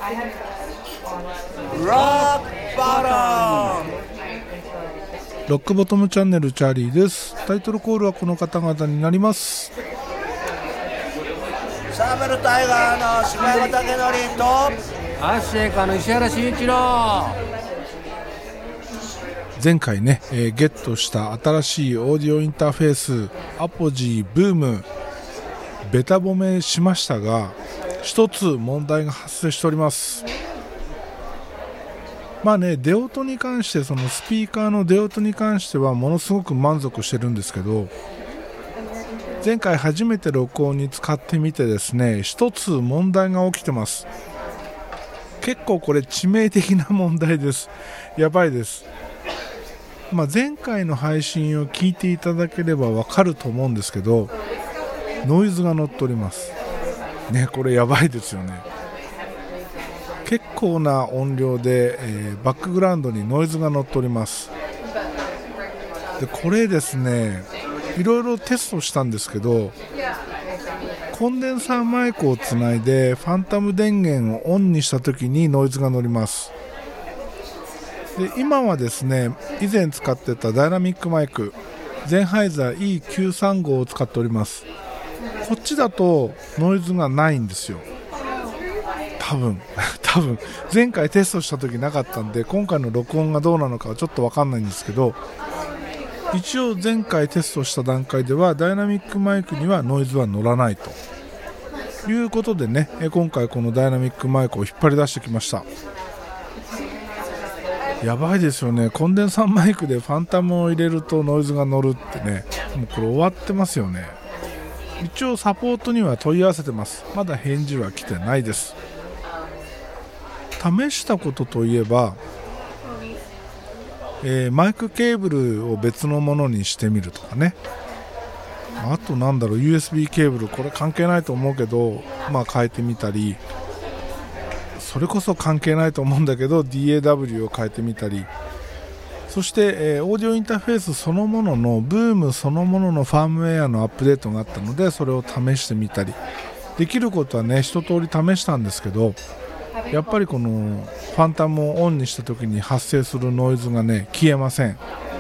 ロックボトムチャンネルチャーリーです。タイトルコールはこの方々になります。 サーベルタイガーの柴山武則とアッシェイカーの石原慎一郎。 前回ね、ゲットした新しいオーディオインターフェースアポジーブームベタ褒めしましたが、一つ問題が発生しております。まあね、出音に関して、そのスピーカーの出音に関してはものすごく満足してるんですけど、前回初めて録音に使ってみてですね、一つ問題が起きてます。結構これ致命的な問題です。やばいです。前回の配信を聞いていただければわかると思うんですけど、ノイズが乗っておりますね。これやばいですよね。結構な音量で、バックグラウンドにノイズが乗っております。でこれですね、いろいろテストしたんですけど、コンデンサーマイクをつないでファンタム電源をオンにした時にノイズが乗ります。で今はですね、以前使ってたダイナミックマイクゼンハイザー E935 を使っております。こっちだとノイズがないんですよ。多分前回テストした時なかったんで、今回の録音がどうなのかはちょっと分かんないんですけど、一応前回テストした段階ではダイナミックマイクにはノイズは乗らないということでね、今回このダイナミックマイクを引っ張り出してきました。やばいですよね。コンデンサーマイクでファンタムを入れるとノイズが乗るってね、もうこれ終わってますよね。一応サポートには問い合わせてます。まだ返事は来てないです。試したことといえば、マイクケーブルを別のものにしてみるとかね。あとUSB ケーブル、これ関係ないと思うけど、変えてみたり、それこそ関係ないと思うんだけど DAW を変えてみたり、そして、オーディオインターフェースそのもののブームそのもののファームウェアのアップデートがあったので、それを試してみたり、できることはね一通り試したんですけど、やっぱりこのファンタムをオンにした時に発生するノイズがね消えません。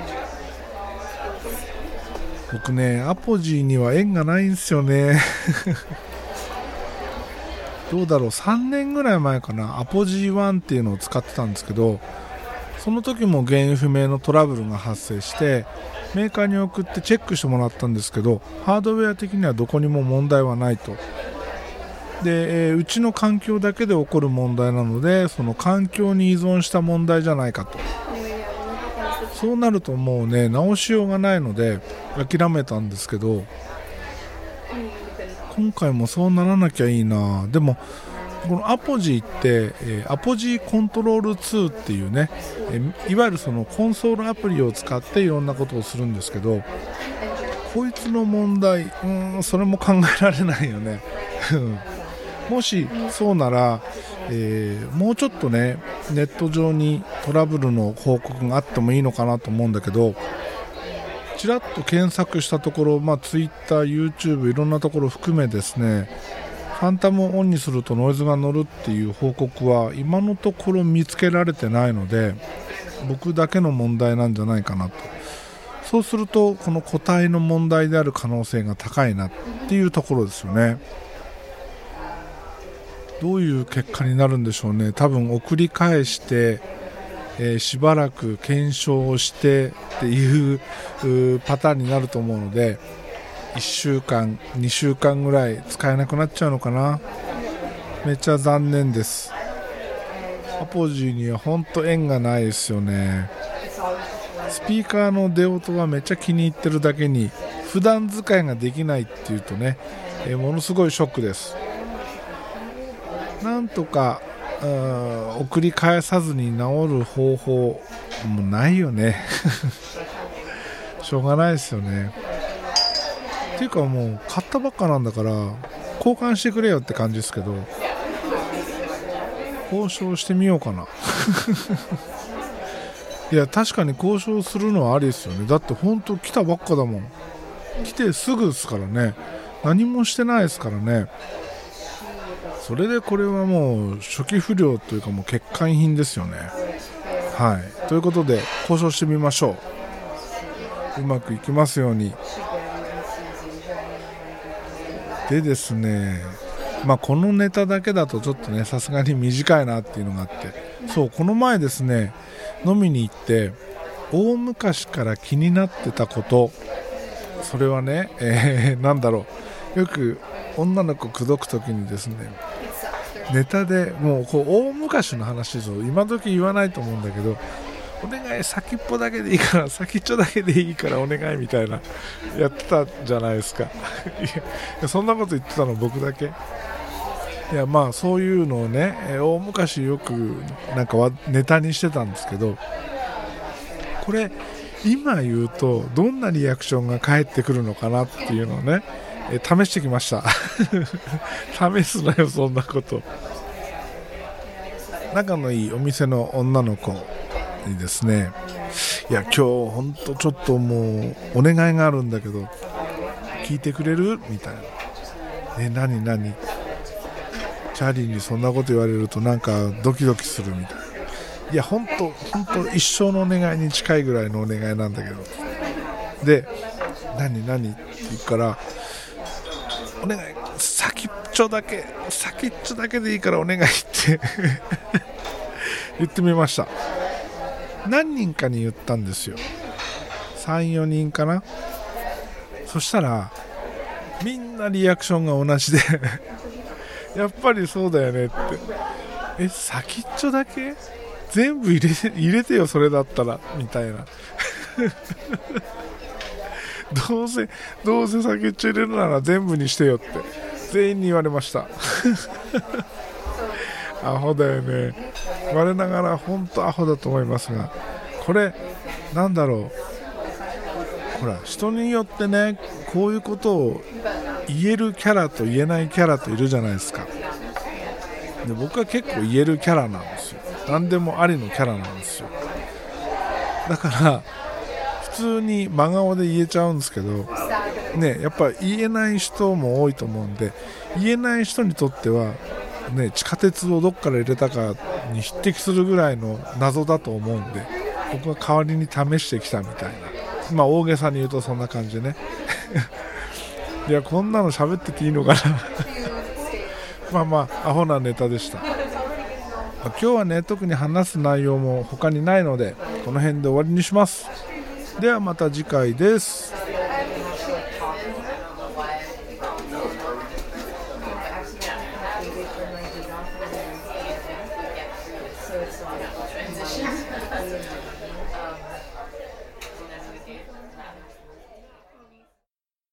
僕ね、アポジーには縁がないんですよねどうだろう、3年ぐらい前かな、アポジー1っていうのを使ってたんですけど、その時も原因不明のトラブルが発生してメーカーに送ってチェックしてもらったんですけど、ハードウェア的にはどこにも問題はないと。で、うちの環境だけで起こる問題なので、その環境に依存した問題じゃないかと。そうなるともうね直しようがないので諦めたんですけど、今回もそうならなきゃいいな。でもこのアポジーって、アポジーコントロール2っていうね、いわゆるそのコンソールアプリを使っていろんなことをするんですけど、こいつの問題、それも考えられないよねもしそうなら、もうちょっとねネット上にトラブルの報告があってもいいのかなと思うんだけど、ちらっと検索したところ、Twitter、YouTube いろんなところ含めですね、ファンタムをオンにするとノイズが乗るっていう報告は今のところ見つけられてないので、僕だけの問題なんじゃないかなと。そうするとこの個体の問題である可能性が高いなっていうところですよね。どういう結果になるんでしょうね。多分送り返して、しばらく検証をしてっていうパターンになると思うので、1週間2週間ぐらい使えなくなっちゃうのかな。めっちゃ残念です。アポジーには本当縁がないですよね。スピーカーの出音はめっちゃ気に入ってるだけに普段使いができないっていうとね、ものすごいショックです。なんとか送り返さずに治る方法もないよねしょうがないですよね。っていうかもう買ったばっかなんだから交換してくれよって感じですけど、交渉してみようかないや確かに交渉するのはありですよね。だって本当来たばっかだもん。来てすぐですからね。何もしてないですからね。 それでこれはもう初期不良というかもう欠陥品ですよね。はい、ということで交渉してみましょう。うまくいきますように。でですね、このネタだけだとちょっとねさすがに短いなっていうのがあって、そうこの前ですね飲みに行って大昔から気になってたこと、それはね、なんだろう、よく女の子口説くときにですねネタでもうこう大昔の話ですよ。今時言わないと思うんだけど、お願い先っぽだけでいいから先っちょだけでいいからお願いみたいなやってたじゃないですか。いやそんなこと言ってたの僕だけ。いやそういうのをね、大昔よくなんかネタにしてたんですけど、これ今言うとどんなリアクションが返ってくるのかなっていうのをね、試してきました。試すなよそんなこと。仲のいいお店の女の子にですね、いや今日ほんとちょっともうお願いがあるんだけど聞いてくれるみたいな。何チャーリーにそんなこと言われるとなんかドキドキするみたいな。いやほんと一生のお願いに近いぐらいのお願いなんだけど、で何って言うから、お願い先っちょだけでいいからお願いって言ってみました。何人かに言ったんですよ。 3,4 人かな。そしたらみんなリアクションが同じでやっぱりそうだよねって。先っちょだけ全部入れてよそれだったらみたいなどうせ先っちょ入れるなら全部にしてよって全員に言われましたアホだよね。我ながら本当アホだと思いますが、これなんだろう、ほら人によってねこういうことを言えるキャラと言えないキャラといるじゃないですか。で僕は結構言えるキャラなんですよ。何でもありのキャラなんですよ。だから普通に真顔で言えちゃうんですけどね、やっぱ言えない人も多いと思うんで、言えない人にとってはね、地下鉄をどっから入れたかに匹敵するぐらいの謎だと思うんで、僕は代わりに試してきたみたいな、大げさに言うとそんな感じでねいやこんなの喋ってていいのかなアホなネタでした。今日はね特に話す内容も他にないのでこの辺で終わりにします。ではまた次回です。So it's not a transition.